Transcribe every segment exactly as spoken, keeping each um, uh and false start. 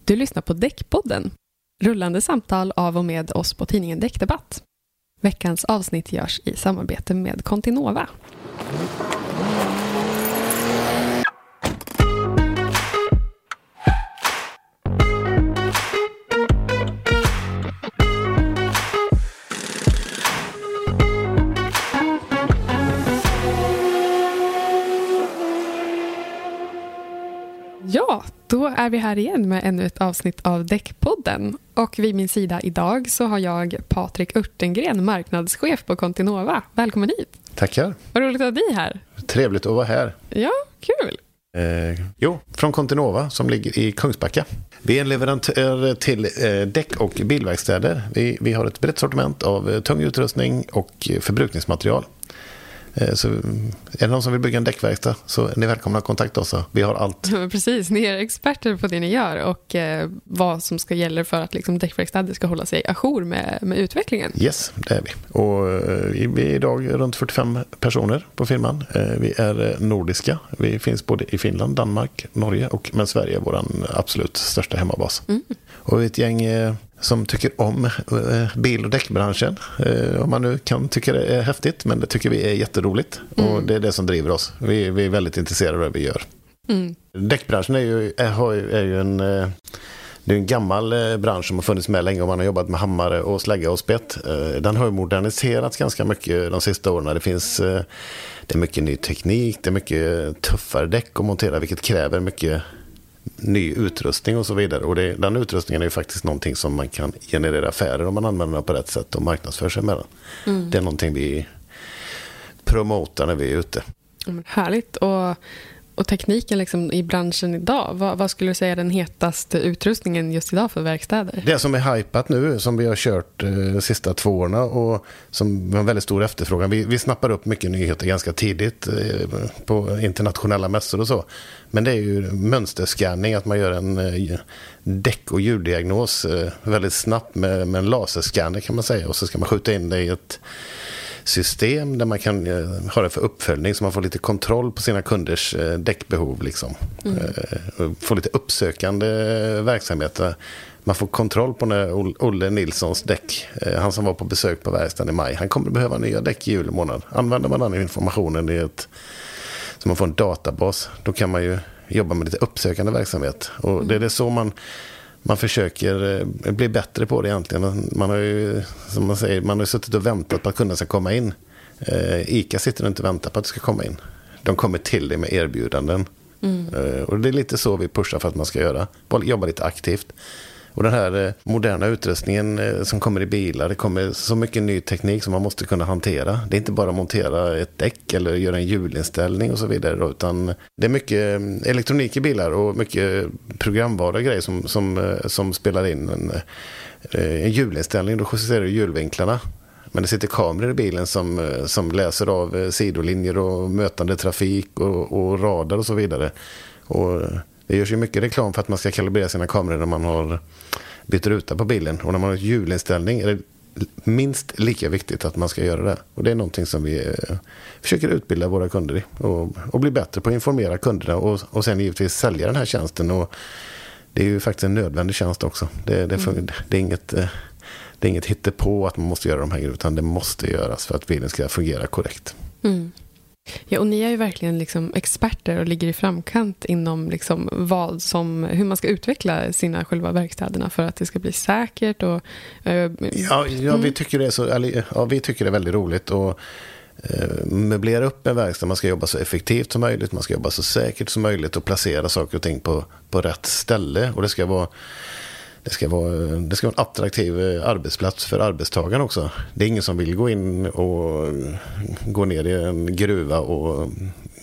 Du lyssnar på Däckpodden, rullande samtal av och med oss på tidningen Däckdebatt. Veckans avsnitt görs i samarbete med Continova. Ja, då är vi här igen med ännu ett avsnitt av Däckpodden. Och vid min sida idag så har jag Patrik Örtengren, marknadschef på Continova. Välkommen hit. Tackar. Vad roligt att ha dig här. Trevligt att vara här. Ja, kul. Eh, jo, från Continova som ligger i Kungsbacka. Vi är en leverantör till eh, däck- och bilverkstäder. Vi, vi har ett brett sortiment av eh, tung utrustning och förbrukningsmaterial. Så är det någon som vill bygga en däckverkstad så är ni välkomna att kontakta oss. Vi har allt. Ja, precis, ni är experter på det ni gör och eh, vad som ska gälla för att liksom, däckverkstäder ska hålla sig ajour med, med utvecklingen. Yes, det är vi. Och eh, vi är idag runt fyrtiofem personer på firman. Eh, vi är nordiska. Vi finns både i Finland, Danmark, Norge och men Sverige är vår absolut största hemmabas. Mm. Och vi är ett gäng eh, som tycker om eh, bil- och däckbranschen. Eh, om man nu kan tycka det är häftigt, men det tycker vi är jätteroligt. Mm. Och det är det som driver oss. Vi, vi är väldigt intresserade av det vi gör. Mm. Däckbranschen är ju, är, är ju en, eh, det är en gammal eh, bransch som har funnits med länge och man har jobbat med hammare och slägga och spett. Eh, den har ju moderniserats ganska mycket de sista åren. Det finns eh, det är mycket ny teknik, det är mycket tuffare däck att montera, vilket kräver mycket ny utrustning och så vidare. Och det, den utrustningen är ju faktiskt någonting som man kan generera affärer om man använder den på rätt sätt och marknadsför sig med den. Mm. Det är någonting vi promotar när vi är ute. Mm, härligt. Och, och tekniken liksom i branschen idag, vad, vad skulle du säga är den hetaste utrustningen just idag för verkstäder? Det som är hypat nu, som vi har kört eh, de sista två åren och som har en väldigt stor efterfrågan. Vi, vi snappar upp mycket nyheter ganska tidigt eh, på internationella mässor och så. Men det är ju mönsterscanning, att man gör en eh, däck- och hjuldiagnos eh, väldigt snabbt med, med en laserscanner kan man säga. Och så ska man skjuta in det i ett system där man kan eh, ha det för uppföljning så man får lite kontroll på sina kunders eh, däckbehov liksom. Mm. Eh, få lite uppsökande verksamheter. Man får kontroll på när Olle Nilssons däck, eh, han som var på besök på verkstaden i maj, han kommer behöva nya däck i juli månad. Använder man den informationen i ett, så man får en databas, då kan man ju jobba med lite uppsökande verksamhet. Och mm. det är det så man Man försöker bli bättre på det egentligen. Man har ju, som man säger, man har suttit och väntat på att kunderna ska komma in. Eh, ICA sitter och inte väntar på att det ska komma in. De kommer till det med erbjudanden. Mm. Eh, och det är lite så vi pushar för att man ska göra. Jobba lite aktivt. Och den här eh, moderna utrustningen eh, som kommer i bilar, det kommer så mycket ny teknik som man måste kunna hantera. Det är inte bara att montera ett däck eller göra en hjulinställning och så vidare då, utan det är mycket elektronik i bilar och mycket programvara och grejer som, som, eh, som spelar in en, eh, en hjulinställning. Då justerar du hjulvinklarna. Men det sitter kameror i bilen som, som läser av sidolinjer och mötande trafik och, och radar och så vidare. Och det görs ju mycket reklam för att man ska kalibrera sina kameror när man har bytt ruta på bilen. Och när man har hjulinställning är det minst lika viktigt att man ska göra det. Och det är någonting som vi eh, försöker utbilda våra kunder i. Och, och bli bättre på att informera kunderna och, och sen givetvis sälja den här tjänsten. Och det är ju faktiskt en nödvändig tjänst också. Det, det, mm. det är inget... Eh, Det är inget hittepå att man måste göra de här grejerna, utan det måste göras för att bilen ska fungera korrekt. Mm. Ja, och ni är ju verkligen liksom experter och ligger i framkant inom liksom vad som, hur man ska utveckla sina själva verkstäderna för att det ska bli säkert. Och, uh, ja, ja, vi tycker det är så, eller, ja, vi tycker det är väldigt roligt och uh, möblera upp en verkstad. Man ska jobba så effektivt som möjligt, man ska jobba så säkert som möjligt och placera saker och ting på, på rätt ställe. Och det ska vara Det ska, vara, det ska vara en attraktiv arbetsplats för arbetstagaren också. Det är ingen som vill gå in och gå ner i en gruva och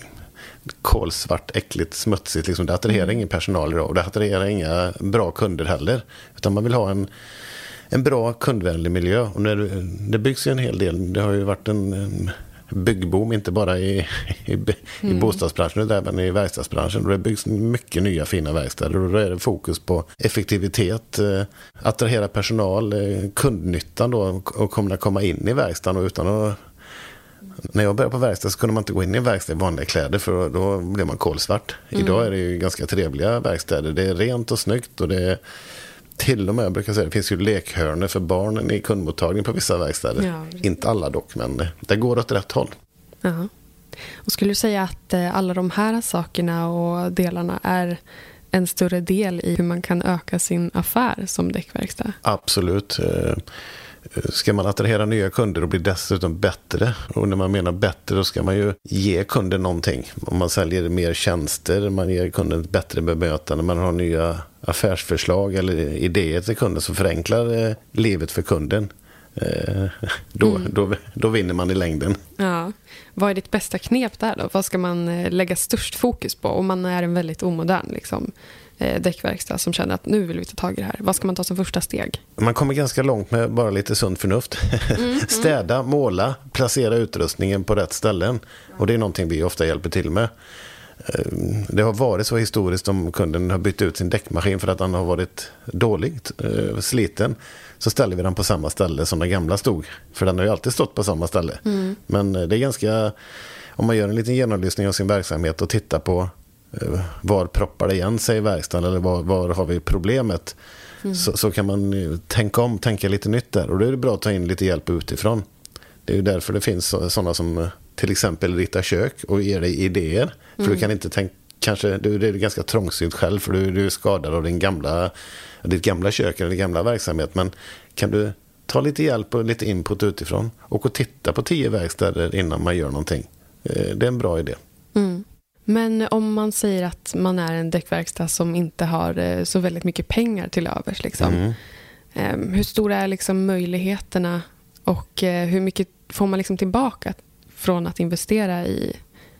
kolsvart, äckligt, smutsigt. Liksom. Det attraherar ingen personal idag och det attraherar inga bra kunder heller. Utan man vill ha en, en bra kundvänlig miljö. Och när det byggs ju en hel del. Det har ju varit en, en byggboom, inte bara i, i, i mm. bostadsbranschen utan även i verkstadsbranschen. Och det byggs mycket nya fina verkstäder och då är det fokus på effektivitet, eh, attrahera personal, eh, kundnyttan då och kunna komma in i verkstaden och utan att När jag började på verkstad så kunde man inte gå in i en verkstad i vanliga kläder för då blev man kolsvart. Mm. Idag är det ju ganska trevliga verkstäder. Det är rent och snyggt och det är till och med, jag brukar säga, det finns ju lekhörnor för barnen i kundmottagning på vissa verkstäder. Ja, inte alla dock, men det går åt rätt håll. Ja. Och skulle du säga att alla de här sakerna och delarna är en större del i hur man kan öka sin affär som däckverkstad? Absolut. Ska man attrahera nya kunder och bli dessutom bättre, och när man menar bättre då ska man ju ge kunden någonting. Om man säljer mer tjänster, man ger kunden ett bättre bemötande, man har nya affärsförslag eller idéer till kunden som förenklar livet för kunden. Då, mm. då, då vinner man i längden. Ja. Vad är ditt bästa knep där då? Vad ska man lägga störst fokus på om man är en väldigt omodern liksom, däckverkstad som känner att nu vill vi ta tag i det här? Vad ska man ta som första steg? Man kommer ganska långt med bara lite sunt förnuft. Mm, Städa, måla, placera utrustningen på rätt ställen. Och det är någonting vi ofta hjälper till med. Det har varit så historiskt om kunden har bytt ut sin däckmaskin för att den har varit dåligt sliten. Så ställer vi den på samma ställe som den gamla stod. För den har ju alltid stått på samma ställe. Mm. Men det är ganska, om man gör en liten genomlysning av sin verksamhet och tittar på var proppar det igen sig i verkstaden eller var, var har vi problemet, mm. så, så kan man tänka om, tänka lite nytt där. Och då är det bra att ta in lite hjälp utifrån. Det är ju därför det finns sådana som till exempel ritar kök och ger dig idéer. För mm. du kan inte tänka, kanske, du, du är ganska trångsynt själv för du, du är skadad av din gamla, ditt gamla kök eller din gamla verksamhet. Men kan du ta lite hjälp och lite input utifrån och gå och titta på tio verkstäder innan man gör någonting. Det är en bra idé. Mm. Men om man säger att man är en däckverkstad som inte har så väldigt mycket pengar till övers, liksom. Mm. Hur stora är liksom möjligheterna och hur mycket får man liksom tillbaka från att investera i?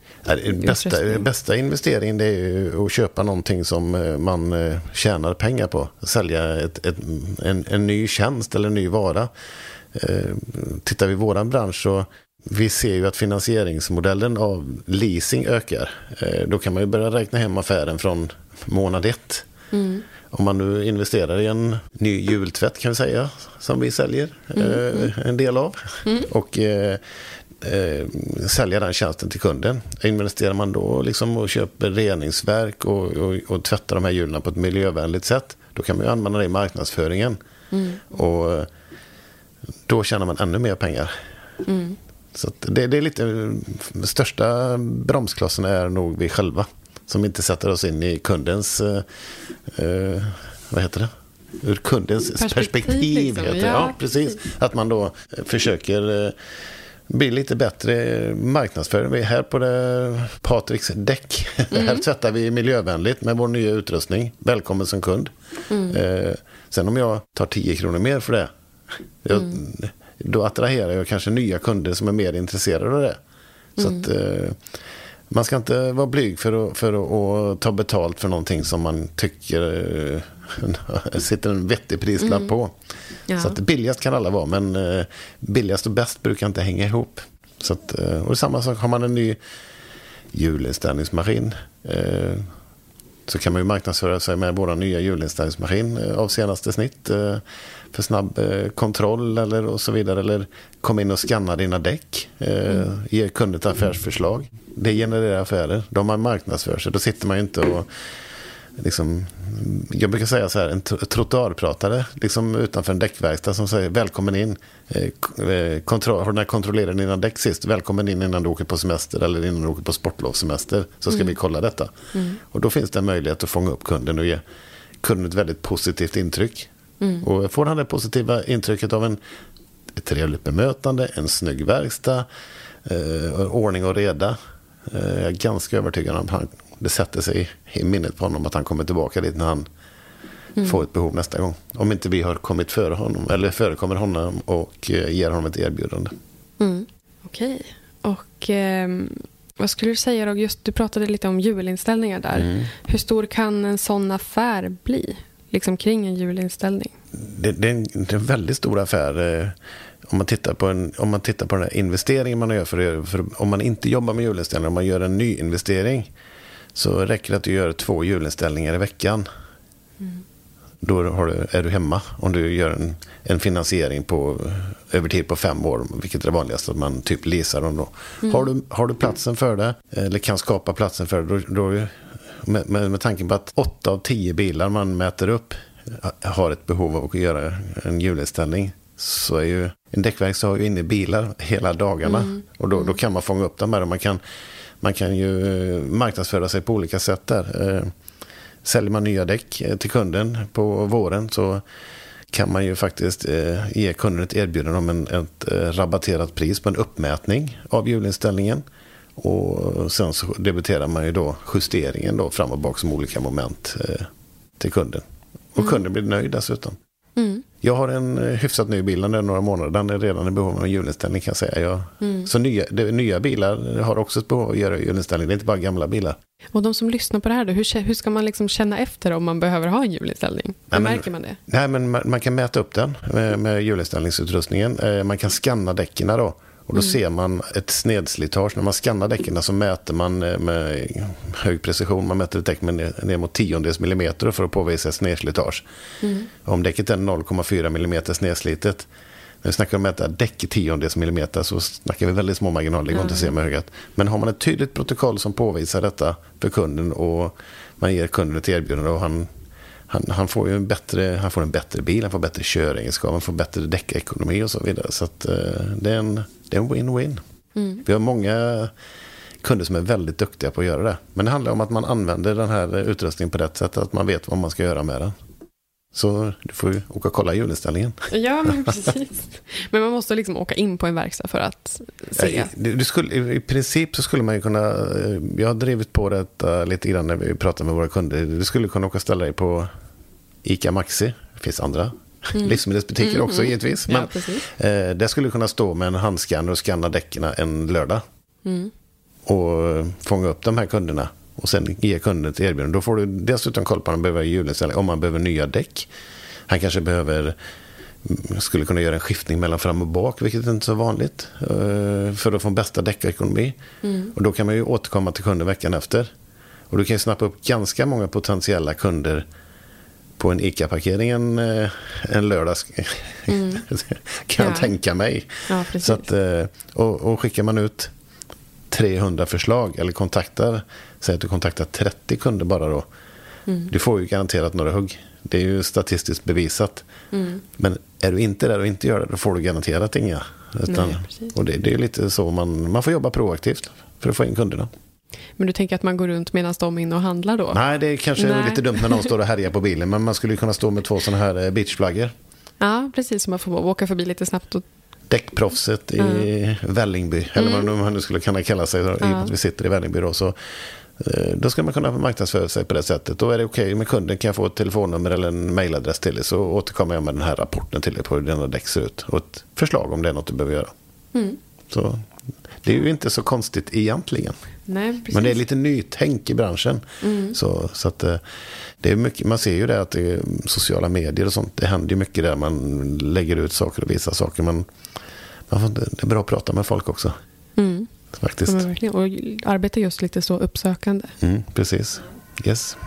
Bästa, bästa investeringen det är ju att köpa någonting som man tjänar pengar på. Sälja ett, ett, en, en ny tjänst eller en ny vara. Tittar vi i våran bransch så vi ser ju att finansieringsmodellen av leasing ökar. Då kan man ju börja räkna hem affären från månad ett. Mm. Om man nu investerar i en ny jultvätt kan vi säga, som vi säljer mm. eh, en del av. Mm. Och eh, eh, sälja den tjänsten till kunden. Investerar man då liksom och köper reningsverk och, och, och tvättar de här hjulen på ett miljövänligt sätt, då kan man ju använda det i marknadsföringen. Mm. Och då tjänar man ännu mer pengar. Mm. Så att det, det är lite, största bromsklossen är nog vi själva som inte sätter oss in i kundens eh, eh, vad heter det? Ur kundens perspektiv, perspektiv liksom. Heter det. Ja, ja, precis. Att man då försöker eh, bli lite bättre marknadsföring. Vi är här på det Patriks däck. Mm. Här tvättar vi miljövänligt med vår nya utrustning. Välkommen som kund. Mm. Eh, sen om jag tar tio kronor mer för det, jag, mm. då attraherar jag kanske nya kunder som är mer intresserade av det. Så mm. att eh, man ska inte vara blyg för att, för att, att ta betalt för någonting som man tycker eh, sitter en vettig prislapp mm. på. Ja. Så att billigast kan alla vara, men eh, billigast och bäst brukar inte hänga ihop. Så att, eh, och samma sak, har man en ny hjulinställningsmaskin eh, så kan man ju marknadsföra sig med våra nya hjulinställningsmaskin eh, av senaste snitt eh, för snabb eh, kontroll eller och så vidare, eller komma in och scanna dina däck, eh, mm. ge kunden ett affärsförslag. Det genererar affärer. De har marknadsför sig. Då sitter man ju inte och liksom, jag brukar säga så här, en trottoarpratare liksom utanför en däckverkstad som säger välkommen in, eh, kontroll, har du kontrollerat dina däck sist, välkommen in innan du åker på semester eller innan du åker på sportlovssemester, så ska mm. vi kolla detta. Mm. Och då finns det en möjlighet att fånga upp kunden och ge kunden ett väldigt positivt intryck. Mm. Och får han det positiva intrycket av en, ett trevligt bemötande, en snygg verkstad, eh, ordning och reda, eh, jag är ganska övertygad om att han, det sätter sig i minnet på honom att han kommer tillbaka dit när han mm. får ett behov nästa gång. Om inte vi har kommit före honom eller förekommer honom och eh, ger honom ett erbjudande. Mm. Okej. Och eh, vad skulle du säga då? Just, du pratade lite om julinställningar där. Mm. Hur stor kan en sån affär bli? Liksom kring en julinställning? Det, det, är en, det är en väldigt stor affär eh, om man tittar på en, om man tittar på den här investeringen man gör för, för om man inte jobbar med julinställningar, om man gör en ny investering, så räcker det att du gör två julinställningar i veckan. Mm. då har du, är du hemma om du gör en, en finansiering på över tid på fem år, vilket är det vanligaste, att man typ leasar dem då. Mm. Har, du, har du platsen för det, eller kan skapa platsen för det, då, då med, med, med tanken på att åtta av tio bilar man mäter upp har ett behov av att göra en hjulinställning, så är ju en däckverkstad har ju inne i bilar hela dagarna. Mm. Och då, då kan man fånga upp dem här, och man kan, man kan ju marknadsföra sig på olika sätt där. Eh, säljer man nya däck till kunden på våren, så kan man ju faktiskt eh, ge kunden ett erbjudande om en, ett eh, rabatterat pris på en uppmätning av hjulinställningen. Och sen så debiterar man ju då justeringen då fram och bak som olika moment eh, till kunden. Och mm. kunden blir nöjd dessutom. Mm. Jag har en hyfsat ny bil, den är några månader. Den är redan i behov av en hjulinställning, kan jag säga. Jag, mm. Så nya, det, nya bilar har också ett behov av att göra hjulinställning. Det är inte bara gamla bilar. Och de som lyssnar på det här då, hur, hur ska man liksom känna efter om man behöver ha en hjulinställning? Hur nej, märker man det? Nej, men man, man kan mäta upp den med, med hjulinställningsutrustningen. Eh, man kan scanna däcken då. Och då mm. ser man ett snedslitage. När man skannar däcken så mäter man med hög precision. Man mäter ett däck med ner, ner mot tiondels millimeter för att påvisa ett snedslitage. Mm. Om däcket är noll komma fyra millimeter snedslitet. När vi snackar om att mäta däck i tiondels millimeter, så snackar vi väldigt små marginaler. Det går mm. inte att se med ögat. Men har man ett tydligt protokoll som påvisar detta för kunden, och man ger kunden ett erbjudande, och han, han, han får ju en bättre, han får en bättre bil, han får bättre köregenskap, han får bättre däckekonomi och så vidare. Så att, uh, det är en Det är en win-win. Mm. Vi har många kunder som är väldigt duktiga på att göra det. Men det handlar om att man använder den här utrustningen på rätt sätt. Att man vet vad man ska göra med den. Så du får ju åka och kolla hjulinställningen. Ja, men precis. Men man måste liksom åka in på en verkstad för att se. Ja, du, du skulle, i princip så skulle man ju kunna... Jag har drivit på det lite grann när vi pratar med våra kunder. Du skulle kunna åka och ställa dig på ICA Maxi. Det finns andra. Mm. Livsmedelsbutiker mm, också mm. givetvis. Men ja, eh, det skulle kunna stå med en handskanner och scanna däcken en lördag. Mm. Och fånga upp de här kunderna. Och sen ge kunden ett erbjudande. Då får du dessutom koll på om man behöver hjulinställning. Om man behöver nya däck. Han kanske behöver... Skulle kunna göra en skiftning mellan fram och bak. Vilket är inte så vanligt. Eh, för att få bästa däckekonomi. Mm. Och då kan man ju återkomma till kunden veckan efter. Och du kan ju snappa upp ganska många potentiella kunder på en ICA-parkering en, en lördag mm. kan jag ja. tänka mig. Ja, så att, och, och skickar man ut trehundra förslag eller kontaktar, säg att du kontaktar trettio kunder bara då, mm. du får ju garanterat några hugg. Det är ju statistiskt bevisat. Mm. Men är du inte där och inte gör det, då får du garanterat inga. Utan, Nej, och det, det är ju lite så man, man får jobba proaktivt för att få in kunderna. Men du tänker att man går runt medan de är inne och handlar då? Nej, det är kanske Nej. lite dumt när någon står och härjar på bilen. Men man skulle kunna stå med två sådana här beachflaggor. Ja, precis. Så man får åka förbi lite snabbt. Och... Däckproffset i mm. Vällingby. Eller vad mm. man nu skulle kunna kalla sig. Ja. I att vi sitter i Vällingby då. Så, då ska man kunna marknadsföra sig på det sättet. Då är det okej okay med kunden. Kan jag få ett telefonnummer eller en mailadress till dig, så återkommer jag med den här rapporten till dig på hur denna däck ser ut. Och ett förslag om det är något du behöver göra. Mm. Så det är ju inte så konstigt egentligen. Nej, men det är lite nytänk i branschen. Mm. Så, så att det är mycket, man ser ju det att det är sociala medier och sånt. Det händer ju mycket där man lägger ut saker och visar saker. Men man får, det är bra att prata med folk också. Mm. Faktiskt. Ja, verkligen. Och arbeta just lite så uppsökande. Mm, precis. Yes.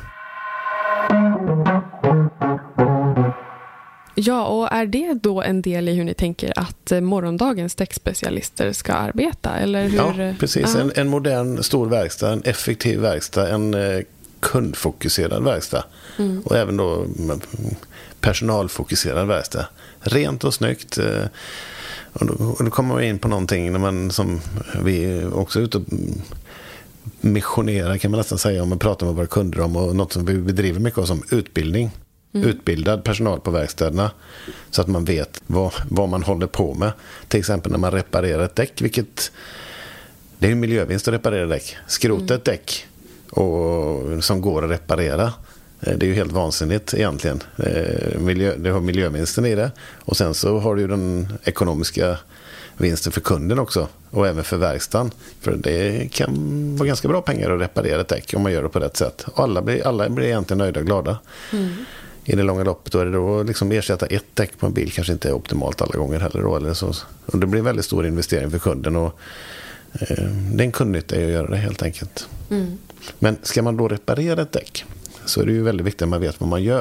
Ja, och är det då en del i hur ni tänker att morgondagens däckspecialister ska arbeta? Eller hur? Ja, precis. En, en modern stor verkstad, en effektiv verkstad, en eh, kundfokuserad verkstad. Mm. Och även då personalfokuserad verkstad. Rent och snyggt. Eh, och, då, och då kommer man in på någonting när man, som vi också är ute och missionerar, kan man nästan säga, om man pratar med våra kunder om, och något som vi bedriver mycket av som utbildning. Mm. Utbildad personal på verkstäderna, så att man vet vad, vad man håller på med. Till exempel när man reparerar ett däck, vilket det är en miljövinst att reparera däck. Skrota mm. ett däck och, som går att reparera, det är ju helt vansinnigt egentligen. Miljö, det har miljövinsten i det, och sen så har du ju den ekonomiska vinsten för kunden också, och även för verkstaden. För det kan vara ganska bra pengar att reparera ett däck om man gör det på rätt sätt. Alla blir, alla blir egentligen nöjda och glada. Mm. I det långa loppet då är det då liksom ersätta ett däck på en bil kanske inte är optimalt alla gånger heller då, eller så. Och det blir en väldigt stor investering för kunden, och eh, det är en kundnytta att göra det helt enkelt. Mm. Men ska man då reparera ett däck, så är det ju väldigt viktigt att man vet vad man gör.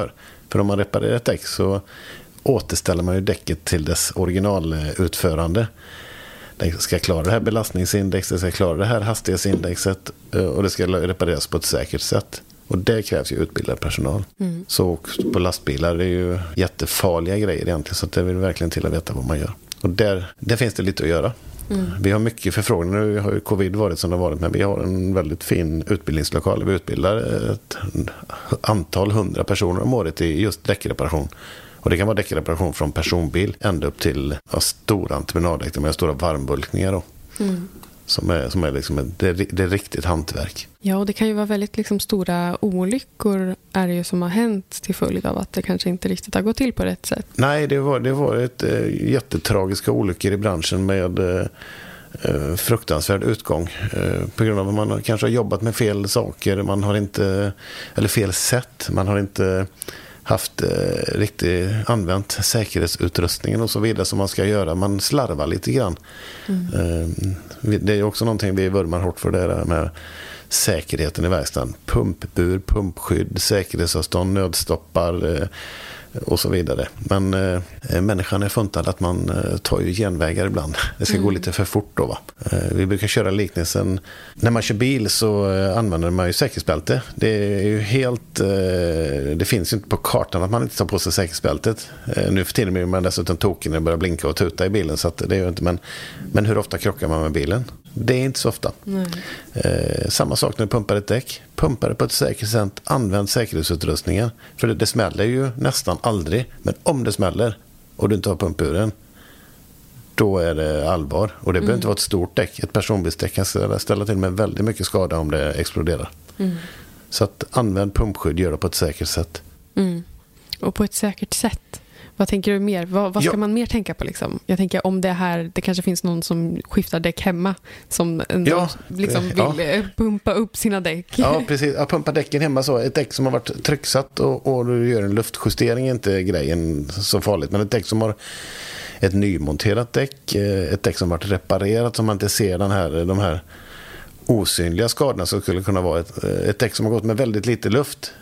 För om man reparerar ett däck så återställer man ju däcket till dess originalutförande. Det ska klara det här belastningsindexet, det ska klara det här hastighetsindexet och det ska repareras på ett säkert sätt. Och det krävs ju utbildad personal. Mm. Så på lastbilar är det ju jättefarliga grejer egentligen, så det vill verkligen till att veta vad man gör. Och där, där finns det lite att göra. Mm. Vi har mycket förfrågningar. Nu har ju covid varit som det har varit, men vi har en väldigt fin utbildningslokal. Vi utbildar ett antal hundra personer om året i just däckreparation. Och det kan vara däckreparation från personbil ända upp till ja, stora entreprenaddäck med stora varmbulkningar då. Mm. Som är, som är liksom ett, det, är, det är riktigt hantverk. Ja, och det kan ju vara väldigt liksom stora olyckor är det ju som har hänt till följd av att det kanske inte riktigt har gått till på rätt sätt. Nej, det var, det var ett äh, jättetragiska olyckor i branschen med äh, fruktansvärd utgång. Äh, på grund av att man kanske har jobbat med fel saker, man har inte, eller fel sätt, man har inte haft eh, riktigt använt säkerhetsutrustningen och så vidare som man ska göra. Man slarvar lite grann. Mm. Eh, det är också någonting vi vurmar hårt för, det där med säkerheten i verkstaden. Pumpbur, pumpskydd, säkerhetsavstånd, nödstoppar eh, och så vidare. Men eh, människan är funtad att man eh, tar ju genvägar ibland. Det ska mm. gå lite för fort då, va? Eh, vi brukar köra liknelsen. När man kör bil så eh, använder man ju säkerhetsbälte. Det är ju helt... Eh, det finns ju inte på kartan att man inte tar på sig säkerhetsbältet. Eh, nu för tiden är man dessutom tokig när det börjar blinka och tuta i bilen. Så att det är ju inte, men, men hur ofta krockar man med bilen? Det är inte så ofta. Eh, samma sak när du pumpar ett däck. Pumpar det på ett säkert sätt. Använd säkerhetsutrustningen. För det, det smäller ju nästan aldrig. Men om det smäller och du inte har pumpuren, då är det allvar. Och det mm. behöver inte vara ett stort däck. Ett personbilsdäck kan ställa, ställa till med väldigt mycket skada om det exploderar. Mm. Så att använd pumpskydd, gör det på ett säkert sätt. Mm. Och på ett säkert sätt. Vad tänker du mer? Vad, vad ska ja. man mer tänka på? Liksom? Jag tänker om det här, det kanske finns någon som skiftar däck hemma som ja. liksom vill ja. pumpa upp sina däck. Ja, precis. Att pumpa däcken hemma så. Ett däck som har varit trycksatt och, och du gör en luftjustering är inte grejen så farligt. Men ett däck som har ett nymonterat däck, ett däck som har varit reparerat som man inte ser den här, de här osynliga skadorna som skulle kunna vara ett, ett däck som har gått med väldigt lite luft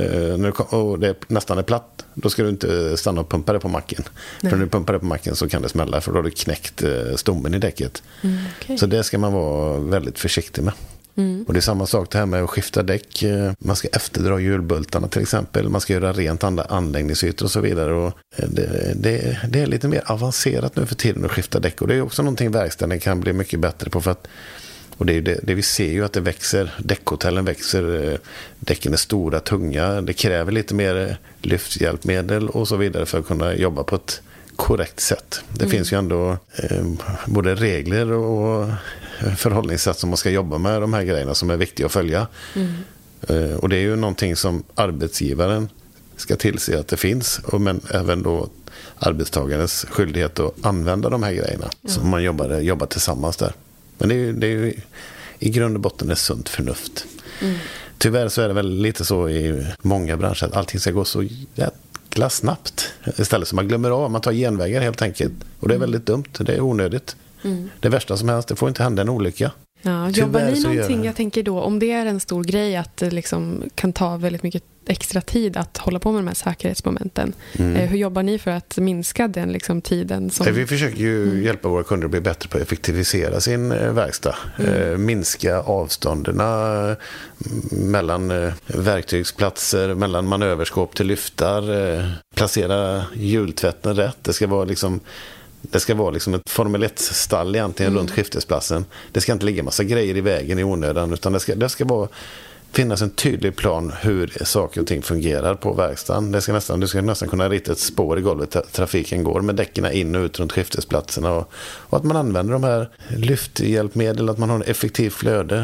eh, och det nästan är platt, då ska du inte stanna och pumpa det på macken. Nej. För när du pumpar det på macken så kan det smälla, för då har du knäckt eh, stommen i däcket. Mm, okay. Så det ska man vara väldigt försiktig med. Mm. Och det är samma sak det här med att skifta däck. Man ska efterdra hjulbultarna till exempel. Man ska göra rent andra anläggningsytor och så vidare. Och det, det, det är lite mer avancerat nu för tiden att skifta däck. Och det är också någonting verkstaden kan bli mycket bättre på, för att och det, är det, det vi ser ju att det växer, däckhotellen växer, däcken är stora, tunga, det kräver lite mer lyfthjälpmedel och så vidare för att kunna jobba på ett korrekt sätt. Det mm. finns ju ändå eh, både regler och förhållningssätt som man ska jobba med de här grejerna som är viktiga att följa. Mm. Eh, och det är ju någonting som arbetsgivaren ska tillse att det finns, och men även då arbetstagarens skyldighet att använda de här grejerna mm. som man jobbar, jobbar tillsammans där. Men det är ju, det är ju i grund och botten är sunt förnuft. Mm. Tyvärr så är det väl lite så i många branscher att allting ska gå så jäkla snabbt. Istället så man glömmer av, man tar genvägar helt enkelt. Och det är väldigt dumt, det är onödigt. Mm. Det värsta som helst, det får inte hända en olycka. Ja, jobbar ni någonting, jag tänker då, om det är en stor grej att det liksom kan ta väldigt mycket extra tid att hålla på med de här säkerhetsmomenten. Mm. Eh, hur jobbar ni för att minska den liksom tiden? Som... Vi försöker ju mm. hjälpa våra kunder att bli bättre på att effektivisera sin eh, verkstad. Mm. Eh, minska avstånderna mellan eh, verktygsplatser, mellan manöverskåp till lyftar, eh, placera hjultvätten rätt. Det ska vara liksom Det ska vara liksom ett Formel ett-stall egentligen mm. runt skiftesplatsen. Det ska inte ligga massa grejer i vägen i onödan, utan det ska, det ska vara, finnas en tydlig plan hur saker och ting fungerar på verkstaden. Det ska nästan, du ska nästan kunna rita ett spår i golvet där trafiken går med däcken in och ut runt skiftesplatserna. Och, och att man använder de här lyfthjälpmedel, att man har ett effektivt flöde.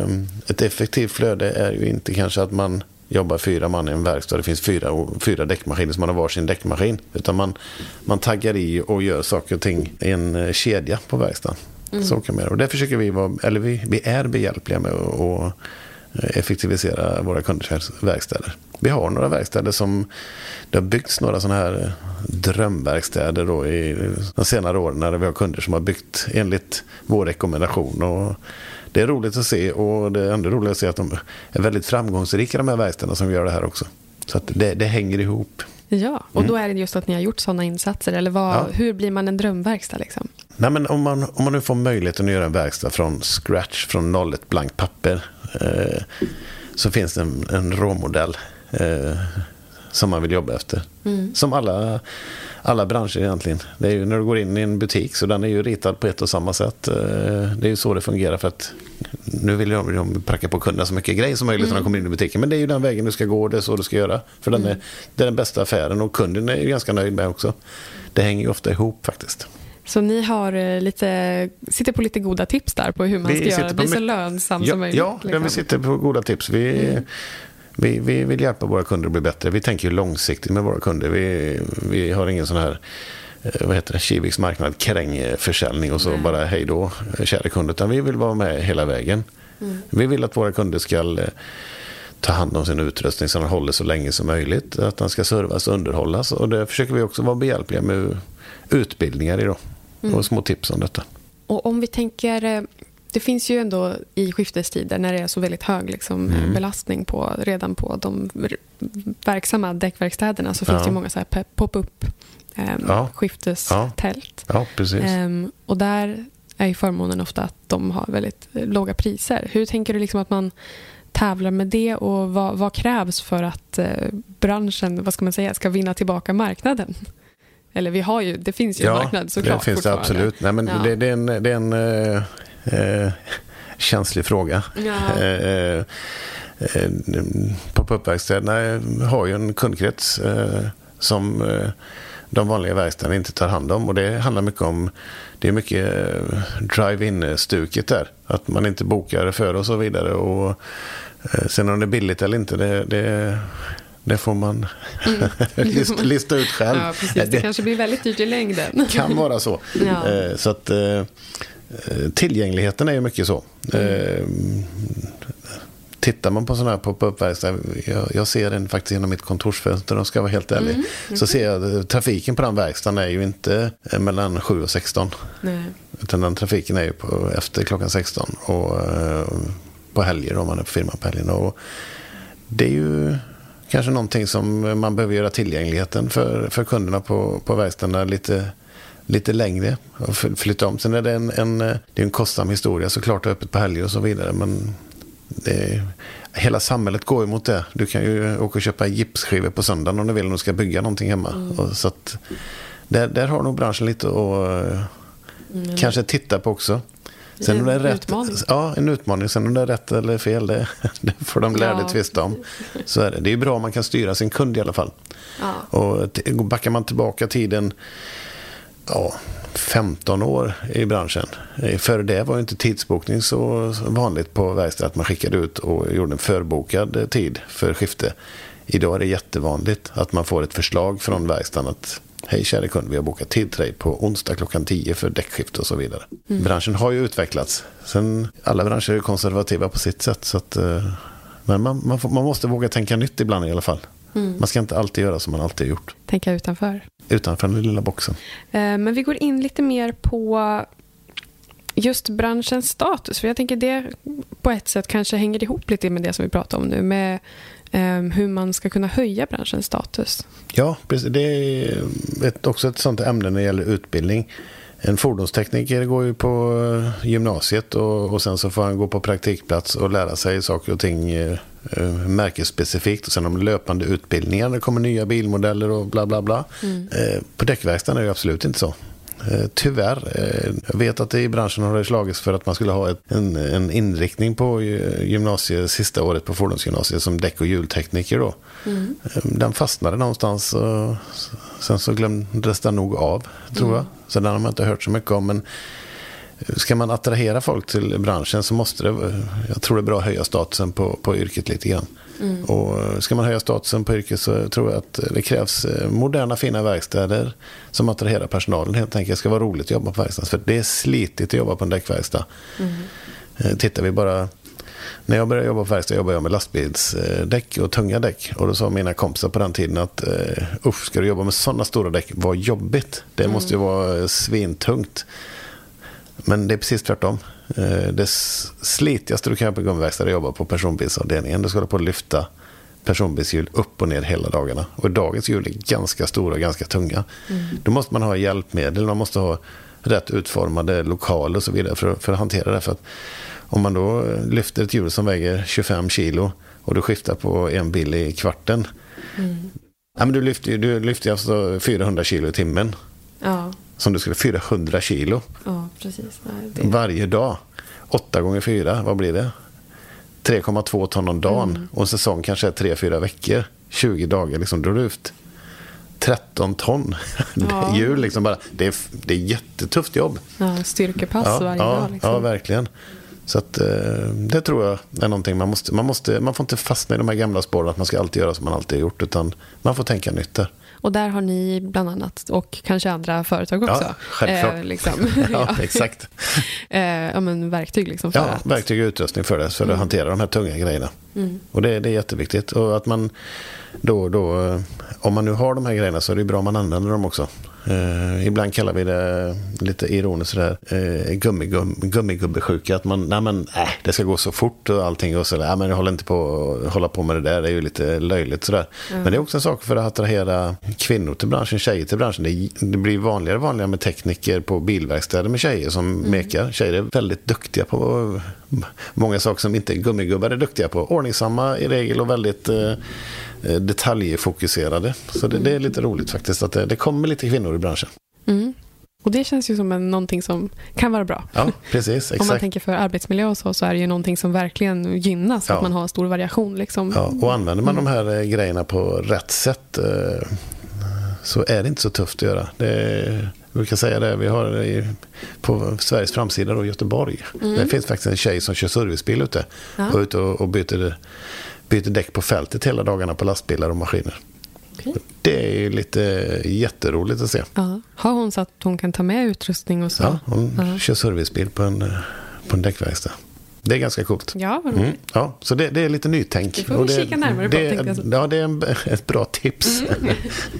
Ett effektivt flöde är ju inte kanske att man jobbar fyra man i en verkstad, det finns fyra, fyra däckmaskiner som man har varsin däckmaskin, utan man, man taggar i och gör saker och ting i en kedja på verkstaden. Mm. Så kan man göra. Och det försöker vi vara, eller vi, vi är behjälpliga med att effektivisera våra kunders verkstäder. Vi har några verkstäder som det har byggts några sådana här drömverkstäder då i de senare åren, när vi har kunder som har byggt enligt vår rekommendation, och det är roligt att se, och det är ändå roligt att se att de är väldigt framgångsrika, de här verkstäderna som gör det här också. Så att det, det hänger ihop. Ja, och mm. då är det just att ni har gjort sådana insatser. Eller vad, ja. Hur blir man en drömverkstad liksom? Nej, men om man, om man nu får möjlighet att göra en verkstad från scratch, från noll, ett blankt papper, eh, så finns det en, en råmodell eh, som man vill jobba efter. Mm. Som alla, alla branscher egentligen. Det är ju när du går in i en butik, så den är ju ritad på ett och samma sätt. Eh, det är ju så det fungerar, för att nu vill de, de pracka på kunderna så mycket grejer som möjligt mm. när de kommer in i butiken. Men det är ju den vägen du ska gå, och det är så du ska göra. För mm. den är, det är den bästa affären, och kunden är ju ganska nöjd med också. Det hänger ju ofta ihop faktiskt. Så ni har lite, sitter på lite goda tips där på hur man vi ska göra det bli så lönsamt ja, som möjligt? Ja, liksom. Vi sitter på goda tips. Vi, mm. vi, vi vill hjälpa våra kunder att bli bättre. Vi tänker ju långsiktigt med våra kunder. Vi, vi har ingen sån här, vad heter det, Kiviks marknad, krängförsäljning och så mm. bara hej då, kära kunder. Utan vi vill vara med hela vägen. Mm. Vi vill att våra kunder ska ta hand om sin utrustning så den håller så länge som möjligt. Att den ska servas och underhållas. Och det försöker vi också vara behjälpliga med utbildningar i då. Mm. Och små tips om detta. Och om vi tänker, det finns ju ändå i skiftestider när det är så väldigt hög liksom, mm. belastning på, redan på de verksamma däckverkstäderna, så finns ja. det ju många så här pop-up um, ja. skiftestält. Ja. Ja, precis. Um, och där är ju förmånen ofta att de har väldigt låga priser. Hur tänker du liksom att man tävlar med det, och vad, vad krävs för att uh, branschen, vad ska man säga, ska vinna tillbaka marknaden? Eller vi har ju, det finns ju ja, en marknad såklart. Det finns det absolut. Nej, men ja. det, det är en, det är en eh, eh, känslig fråga. Ja. Eh, eh, Pop-up-verkstäderna har ju en kundkrets eh, som eh, de vanliga verkstäderna inte tar hand om. Och det handlar mycket om, det är mycket eh, drive-in-stuket där. Att man inte bokar för och så vidare. Och eh, sen om det är billigt eller inte, det, det Det får man mm. lista, lista ut själv. Ja, precis. Det, det kanske blir väldigt dyrt i längden. Kan vara så. Ja. Så att tillgängligheten är ju mycket så. Mm. Tittar man på sådana här pop-up-verkstäder, jag, jag ser den faktiskt genom mitt kontorsfönster, om jag ska vara helt ärlig, mm. Mm. så ser jag trafiken på den verkstaden är ju inte mellan sju och sexton. Nej. Utan den trafiken är ju på, efter klockan sexton och på helger, om man är på firman på helgen. Och det är ju kanske någonting som man behöver göra tillgängligheten för, för kunderna på, på verkstäderna lite, lite längre och flytta om. Sen är det en, en, det är en kostsam historia såklart, öppet på helger och så vidare, men det, hela samhället går ju mot det. Du kan ju åka och köpa gipsskivor på söndagen om du vill, om du ska bygga någonting hemma. Mm. Och så att där, där har nog branschen lite att mm. kanske titta på också. Sen en, en det är rätt, utmaning. Ja, en utmaning. Sen om det är rätt eller fel, det, det får de lärde ja. tvista om. Så är det. Det är ju bra om man kan styra sin kund i alla fall. Ja. Och t- backar man tillbaka tiden ja, femton år i branschen. För det var ju inte tidsbokning så vanligt på verkstad att man skickade ut och gjorde en förbokad tid för skifte. Idag är det jättevanligt att man får ett förslag från verkstaden att hej kära kund, vi har bokat tid till dig på onsdag klockan tio för däckskift och så vidare. Mm. Branschen har ju utvecklats. Sen, alla branscher är konservativa på sitt sätt. Så att, men man, man, får, man måste våga tänka nytt ibland i alla fall. Mm. Man ska inte alltid göra som man alltid har gjort. Tänka utanför. Utanför den lilla boxen. Eh, men vi går in lite mer på just branschens status. För jag tänker det på ett sätt kanske hänger ihop lite med det som vi pratar om nu. Med Um, hur man ska kunna höja branschens status. Ja, precis. Det är ett, också ett sånt ämne när det gäller utbildning. En fordonstekniker går ju på gymnasiet och, och sen så får han gå på praktikplats och lära sig saker och ting eh, märkesspecifikt. Och sen om löpande utbildningar, det kommer nya bilmodeller och bla bla bla. Mm. Eh, på däckverkstaden är det absolut inte så. Tyvärr. Jag vet att det i branschen har det slagits för att man skulle ha ett, en, en inriktning på gymnasiet sista året på fordonsgymnasiet som däck- och hjultekniker då. Mm. Den fastnade någonstans och sen så glömdes den nog av, tror jag. Mm. Så den har man inte hört så mycket om, men ska man attrahera folk till branschen så måste det, jag tror det är bra att höja statusen på, på yrket lite grann. Mm. Och ska man höja statusen på yrket så tror jag att det krävs moderna fina verkstäder som attraherar personalen. Helt enkelt, det ska vara roligt att jobba på verkstaden, för det är slitigt att jobba på en däckverkstad. Mm. Tittar vi bara, när jag började jobba på verkstad jobbade jag med lastbilsdäck och tunga däck, och då sa mina kompisar på den tiden att usch, ska du jobba med sådana stora däck, vad jobbigt, det mm. måste ju vara svintungt. Men det är precis tvärtom. Det slitigaste du kan göra på gummiverkstad är att jobba på personbilsavdelningen. Du ska hålla på att lyfta personbilshjul upp och ner hela dagarna. Och dagens hjul är ganska stora och ganska tunga. Mm. Då måste man ha hjälpmedel, man måste ha rätt utformade lokaler och så vidare för, för att hantera det. För att om man då lyfter ett hjul som väger tjugofem kilo och du skiftar på en bil i kvarten. Mm. Ja, men du lyfter, du lyfter alltså fyrahundra kilo i timmen. Ja. Som du skulle fyrahundra kilo. Ja, precis. Nej, det... Varje dag. åtta gånger fyra, vad blir det? tre komma två ton om dagen. Mm. Och en säsong kanske är tre fyra veckor. tjugo dagar, liksom, då har du lyft tretton ton ja. Hjul liksom bara. Det är, det är jättetufft jobb. Ja, styrkepass ja, varje ja, dag. Liksom. Ja, verkligen. Så att, det tror jag är någonting man måste, man måste, man får inte fastna i de här gamla spåren att man ska alltid göra som man alltid har gjort, utan man får tänka nytt där. Och där har ni bland annat, och kanske andra företag också. Ja, självklart. Eh, liksom. ja, ja, exakt. eh, ja, men verktyg liksom för ja, att... verktyg och utrustning för det, för att mm. hantera de här tunga grejerna. Mm. Och det, det är jätteviktigt. Och att man då, då, om man nu har de här grejerna så är det bra om man använder dem också. Eh, ibland kallar vi det lite ironiskt sådär eh, gummigum, gummigubbesjuka, att man, nej men äh, det ska gå så fort och allting och sådär, men jag håller inte på att hålla på med det där, det är ju lite löjligt sådär. Mm. Men det är också en sak för att attrahera kvinnor till branschen, tjejer till branschen. Det, det blir vanligare och vanligare med tekniker på bilverkstäder med tjejer som mm. mekar. Tjejer är väldigt duktiga på många saker som inte gummigubbar är duktiga på. Ordningsamma i regel och väldigt eh, detaljfokuserade. Så det, mm. det är lite roligt faktiskt att det, det kommer lite kvinnor i branschen. Mm. Och det känns ju som en, någonting som kan vara bra. Ja, precis. Exakt. Om man tänker för arbetsmiljö och så, så är det ju någonting som verkligen gynnas. Ja. Att man har en stor variation. Liksom. Ja, och använder man mm. de här grejerna på rätt sätt eh, så är det inte så tufft att göra. Det är, vi kan säga det, vi har i, på Sveriges framsida då, Göteborg. Mm. Det finns faktiskt en tjej som kör servicebil ute. Ja. Och ute och, och byter, byter däck på fältet hela dagarna på lastbilar och maskiner. Okay. Det är lite jätteroligt att se. Ja. Har hon så att hon kan ta med utrustning och så? Ja, hon ja. kör servicebil på en, på en däckverkstad. Det är ganska coolt. Ja, vad mm. ja, så det, det är lite nytänk. Det får vi och det, kika närmare det, på. Det, ja, det är en, ett bra tips. Mm.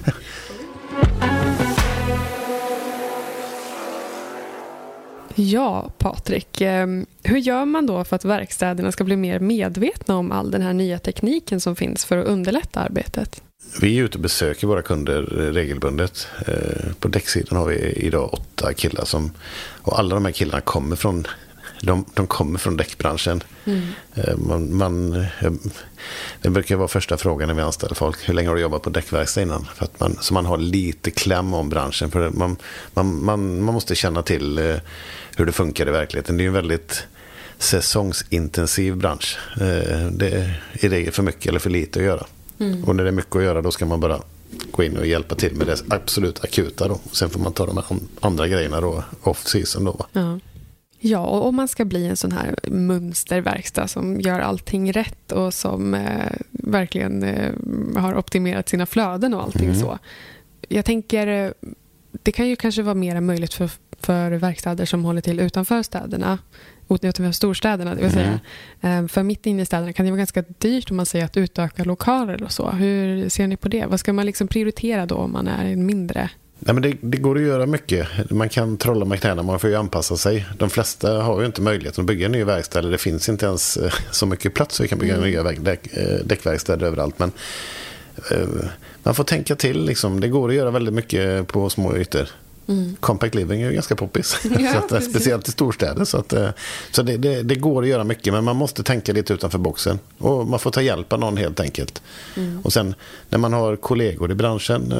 Ja, Patrik. Hur gör man då för att verkstäderna ska bli mer medvetna om all den här nya tekniken som finns för att underlätta arbetet? Vi är ute och besöker våra kunder regelbundet. På däcksidan har vi idag åtta killar som, och alla de här killarna kommer från de, de kommer från däckbranschen. Mm. Man, man, det brukar vara första frågan när vi anställer folk. Hur länge har du jobbat på däckverkstad innan? För att man, så man har lite kläm om branschen. För man, man, man, man måste känna till hur det funkar i verkligheten. Det är en väldigt säsongsintensiv bransch. Det är i regel för mycket eller för lite att göra. Mm. Och när det är mycket att göra, då ska man bara gå in och hjälpa till med det absolut akuta då. Sen får man ta de här andra grejerna då, off-season då. Ja. Ja, och om man ska bli en sån här mönsterverkstad som gör allting rätt och som eh, verkligen eh, har optimerat sina flöden och allting mm. så. Jag tänker, det kan ju kanske vara mer möjligt för, för verkstäder som håller till utanför städerna, utanför storstäderna, det vill säga. Mm. För mitt inne i städerna kan det vara ganska dyrt om man säger att utöka lokaler och så. Hur ser ni på det? Vad ska man liksom prioritera då om man är en mindre? Nej, men det, det går att göra mycket. Man kan trolla med knäna, man får ju anpassa sig. De flesta har ju inte möjlighet att bygga en ny verkstad. Det finns inte ens så mycket plats så vi kan bygga mm. nya däck, däckverkstäder överallt. Men uh, man får tänka till. Liksom. Det går att göra väldigt mycket på små ytor. Mm. Compact living är ju ganska poppis. Ja, så att, speciellt i storstäder. Så, att, så det, det, det går att göra mycket, men man måste tänka lite utanför boxen. Och man får ta hjälp av någon helt enkelt. Mm. Och sen när man har kollegor i branschen...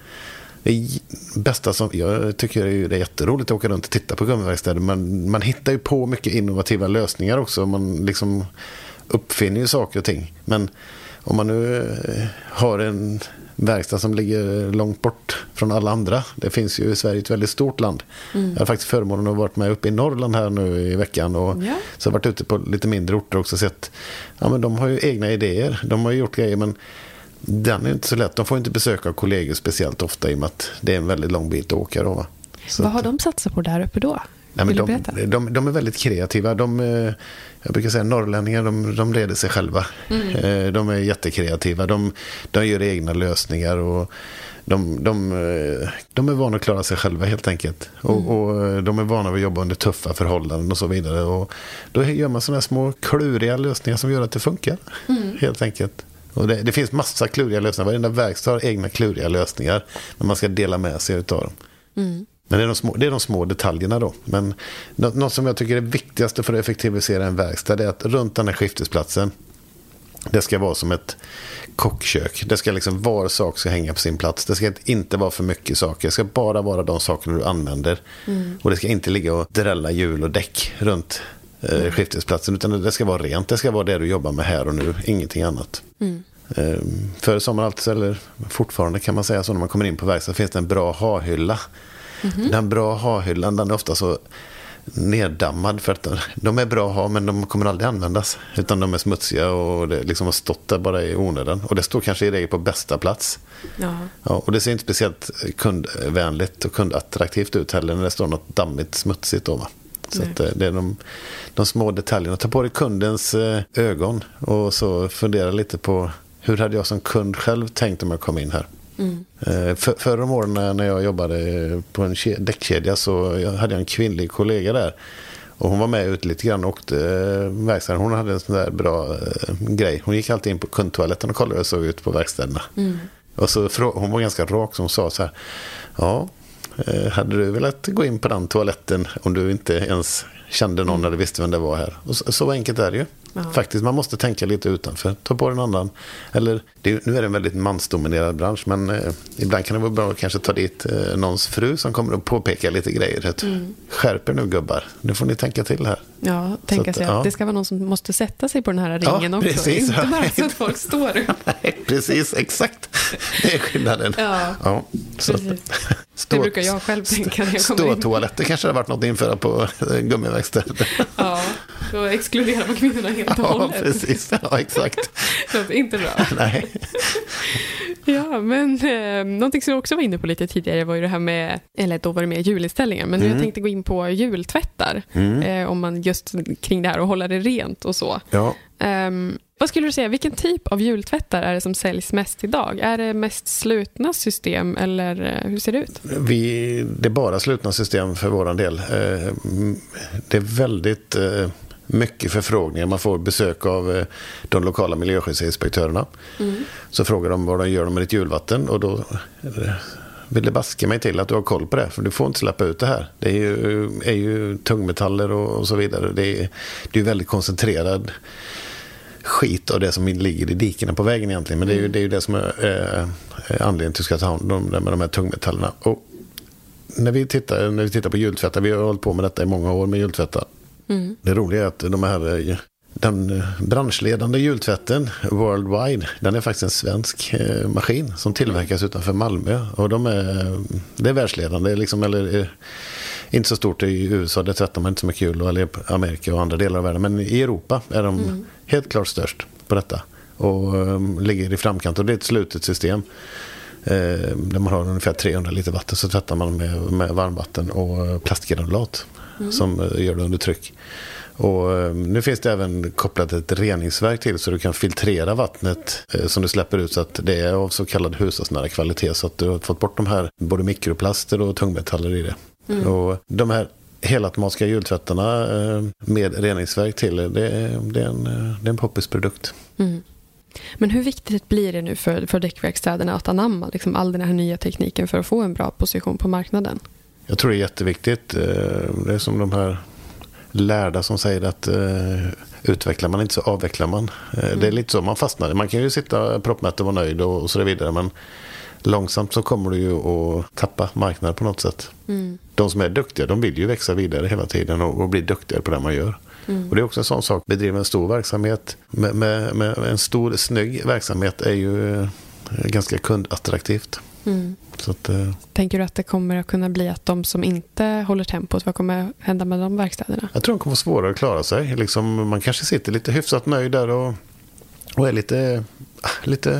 Det bästa som jag tycker är det är jätteroligt att åka runt och titta på gummiverkstäder. Man, man hittar ju på mycket innovativa lösningar också. Man liksom uppfinner ju saker och ting. Men om man nu har en verkstad som ligger långt bort från alla andra. Det finns ju i Sverige ett väldigt stort land. Mm. Jag har faktiskt förmånen att ha varit med uppe i Norrland här nu i veckan. Och ja. Så har jag varit ute på lite mindre orter också och sett. Ja, men de har ju egna idéer. De har ju gjort grejer, men den är inte så lätt. De får inte besöka kollegor speciellt ofta i och med att det är en väldigt lång bit att åka då. Så vad har de satsat på där uppe då? Nej, men de, de, de är väldigt kreativa. De, jag brukar säga norrlänningar, de, de leder sig själva. Mm. De är jättekreativa. De, de gör egna lösningar och de, de, de är vana att klara sig själva helt enkelt. Mm. Och, och de är vana att jobba under tuffa förhållanden och så vidare. Och då gör man sådana små kluriga lösningar som gör att det funkar. Mm. Helt enkelt. Och det, det finns massa kluriga lösningar. Varenda verkstad har egna kluriga lösningar. Men man ska dela med sig utav dem. Mm. Men det är, de små, det är de små detaljerna då. Men något, något som jag tycker är viktigaste för att effektivisera en verkstad är att runt den här skiftesplatsen, det ska vara som ett kockkök. Det ska liksom, var sak ska hänga på sin plats. Det ska inte vara för mycket saker. Det ska bara vara de sakerna du använder. Mm. Och det ska inte ligga och drälla hjul och däck runt eh, mm. skiftesplatsen. Utan det ska vara rent. Det ska vara det du jobbar med här och nu. Ingenting annat. Mm. Eh, för som man alltid, eller fortfarande kan man säga så när man kommer in på verkstad, finns det en bra ha-hylla. Mm-hmm. Den bra ha-hyllan, den är ofta så neddammad för att de är bra att ha, men de kommer aldrig användas, utan de är smutsiga och det liksom har stått där bara i onödan, och det står kanske i regel på bästa plats. Ja. Ja, och det ser inte speciellt kundvänligt och kundattraktivt ut heller när det står något dammigt, smutsigt då, va? Så att det är de, de små detaljerna. Ta på dig kundens ögon och så fundera lite på hur hade jag som kund själv tänkt om jag kom in här. Mm. För, förra om åren när jag jobbade på en ke- däckkedja så jag hade jag en kvinnlig kollega där, och hon var med ut lite grann och åkte äh, verkstaden. Hon hade en sån där bra äh, grej. Hon gick alltid in på kundtoaletten och kollade hur det såg ut på verkstäderna. Mm. Och så frå- hon var ganska rak som sa så här: ja, äh, hade du velat gå in på den toaletten om du inte ens kände någon mm. eller visste vem det var här? Och så, så enkelt är det ju. Aha. Faktiskt, man måste tänka lite utanför. Ta på en annan. Eller, det, nu är det en väldigt mansdominerad bransch, men eh, ibland kan det vara bra att kanske ta dit eh, någons fru som kommer att påpeka lite grejer. Mm. Skärper nu, gubbar. Nu får ni tänka till här. Ja, tänka sig att, att ja. det ska vara någon som måste sätta sig på den här ringen ja, också. Precis. Inte bara så att folk står. Nej, precis, exakt. Det är skillnaden. Ja, ja så stå, det brukar jag själv tänka när jag kommer in. Ståtoaletter kanske det har varit något att införa på gummiverkstäder. Ja, då exkluderar man kvinnorna helt och hållet. Ja, precis. Ja, exakt. Så det är inte bra. Nej. Ja, men eh, någonting som jag också var inne på lite tidigare var ju det här med, eller då var det med julinställningar, men mm. jag tänkte gå in på jultvättar. Mm. Eh, om man just kring det här och hålla det rent och så. Ja. Um, vad skulle du säga, vilken typ av jultvättar är det som säljs mest idag? Är det mest slutna system eller hur ser det ut? Vi, det är bara slutna system för våran del. Eh, det är väldigt eh, mycket förfrågningar. Man får besök av eh, de lokala miljöskyddsinspektörerna. Mm. Så frågar de vad de gör med ditt julvatten, och då eh, vill det baska mig till att du har koll på det, för du får inte släppa ut det här. Det är ju, är ju tungmetaller och, och så vidare. Det är, det är väldigt koncentrerad skit av det som ligger i dikerna på vägen egentligen. Men det är ju det, är ju det som är eh, anledningen till att ska ta hand om de, med de här tungmetallerna. Och när vi tittar, när vi tittar på jultvättar, vi har hållit på med detta i många år med jultvättar. Mm. Det roliga är att de här, den branschledande jultvätten worldwide, den är faktiskt en svensk eh, maskin som tillverkas utanför Malmö. Och de är, det är världsledande, liksom, eller inte så stort i U S A, det tvättar man inte så mycket jul, eller Amerika och andra delar av världen. Men i Europa är de mm. helt klart störst på detta. Och um, ligger i framkant, och det är ett slutet system. Eh, där man har ungefär trehundra liter vatten, så tvättar man med, med varmvatten och plastgranulat mm. som uh, gör det under tryck. Och um, nu finns det även kopplat ett reningsverk till, så du kan filtrera vattnet uh, som du släpper ut, så att det är av så kallad hushållsnära kvalitet, så att du har fått bort de här både mikroplaster och tungmetaller i det. Mm. Och de här helautomatiska jultvättarna uh, med reningsverk till, det, det, är, en, uh, det är en poppis produkt. Mm. Men hur viktigt blir det nu för, för däckverkstäderna att anamma liksom all den här nya tekniken för att få en bra position på marknaden? Jag tror det är jätteviktigt. Det är som de här lärda som säger att uh, utvecklar man inte så avvecklar man. Mm. Det är lite så man fastnar. Man kan ju sitta proppmätt och vara nöjd och, och så vidare, men långsamt så kommer du ju att tappa marknaden på något sätt. Mm. De som är duktiga, de vill ju växa vidare hela tiden och, och bli duktigare på det man gör. Mm. Och det är också en sån sak, bedriva en stor verksamhet med, med, med en stor, snygg verksamhet är ju eh, ganska kundattraktivt. Mm. Så att, eh, tänker du att det kommer att kunna bli att de som inte håller tempot, vad kommer att hända med de verkstäderna? Jag tror de kommer få svårare att klara sig. Liksom, man kanske sitter lite hyfsat nöjd där och, och är lite, lite,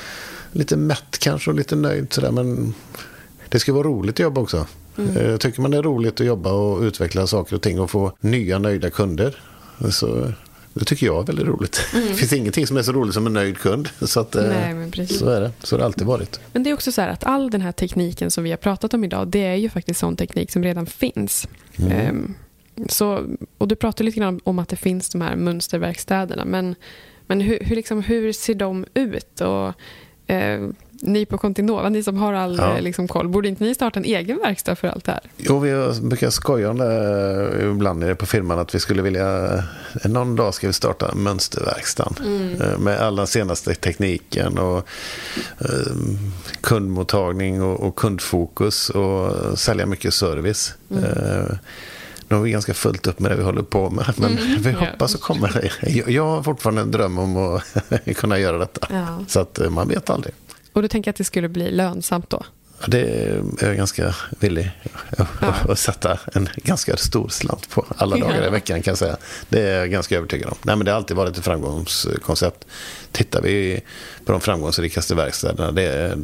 lite mätt kanske och lite nöjd sådär, men det ska vara roligt att jobba också. Mm. Jag tycker man det är roligt att jobba och utveckla saker och ting och få nya nöjda kunder. Så det tycker jag är väldigt roligt. Mm. Det finns ingenting som är så roligt som en nöjd kund. Så, att, Nej, men precis. Så är det. Så har det alltid varit. Men det är också så här att all den här tekniken som vi har pratat om idag, det är ju faktiskt sån teknik som redan finns. Mm. Um, så, och du pratar lite grann om att det finns de här mönsterverkstäderna, men Men hur, hur, liksom, hur ser de ut? Och eh, ni på Continova, ni som har all ja. liksom, koll, borde inte ni starta en egen verkstad för allt det här? Jo, vi brukar skoja om det ibland på firman att vi skulle vilja, någon dag ska vi starta mönsterverkstan mm. med all den senaste tekniken och eh, kundmottagning och, och kundfokus och sälja mycket service. Mm. Eh, Nu har vi ganska fullt upp med det vi håller på med. Men mm, vi hoppas att komma det. Jag har fortfarande en dröm om att kunna göra detta. Ja. Så att man vet aldrig. Och du tänker att det skulle bli lönsamt då? Ja, det är jag ganska villig att ja. sätta en ganska stor slant på alla dagar ja. i veckan kan jag säga. Det är jag ganska övertygad om. Nej, men det har alltid varit ett framgångskoncept. Tittar vi på de framgångsrikaste verkstäderna, det är...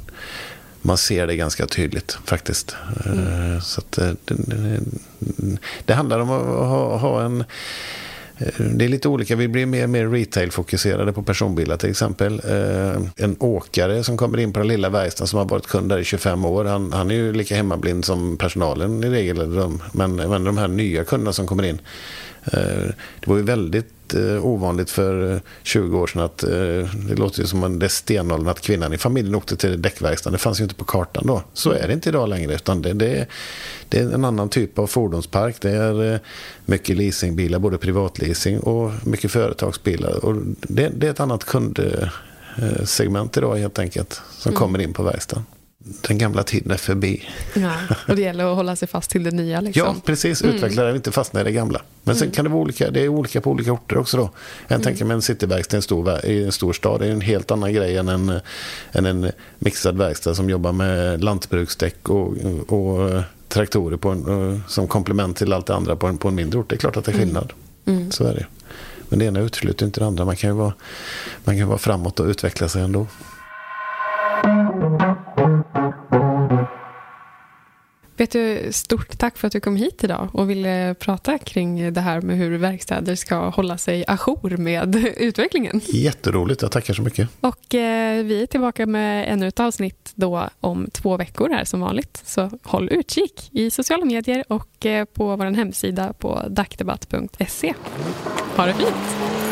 Man ser det ganska tydligt faktiskt. Mm. Så att det, det, det handlar om att ha, ha en... Det är lite olika. Vi blir mer och mer retail-fokuserade på personbilar till exempel. En åkare som kommer in på den lilla verkstaden som har varit kund där i tjugofem år. Han, han är ju lika hemmablind som personalen i regel. Men, men de här nya kunderna som kommer in. Det var ju väldigt ovanligt för tjugo år sedan att det låter ju som en det stenåldern att kvinnan i familjen åkte till däckverkstaden. Det fanns ju inte på kartan då. Så är det inte idag längre, utan det, det, det är en annan typ av fordonspark. Det är mycket leasingbilar, både privatleasing och mycket företagsbilar. Och det, det är ett annat kundsegment idag helt enkelt som mm. kommer in på verkstaden. Den gamla tiden är förbi. Ja, och det gäller att hålla sig fast till det nya. Liksom. Ja, precis. Utvecklare mm. inte fastna i det gamla. Men sen mm. kan det vara olika. Det är olika på olika orter också då. Jag mm. tänker mig en cityverkstad i en stor, i en stor stad. Det är en helt annan grej än en, än en mixad verkstad som jobbar med lantbruksdäck och, och traktorer på en, som komplement till allt det andra på en, på en mindre ort. Det är klart att det är skillnad. Mm. Mm. Så är det. Men det ena utesluter inte det andra. Man kan ju vara, man kan vara framåt och utveckla sig ändå. Vet du, stort tack för att du kom hit idag och ville prata kring det här med hur verkstäder ska hålla sig ajour med utvecklingen. Jätteroligt, jag tackar så mycket. Och eh, vi är tillbaka med ännu ett avsnitt då om två veckor här som vanligt. Så håll utkik i sociala medier och eh, på vår hemsida på dackdebatt punkt se. Ha det fint!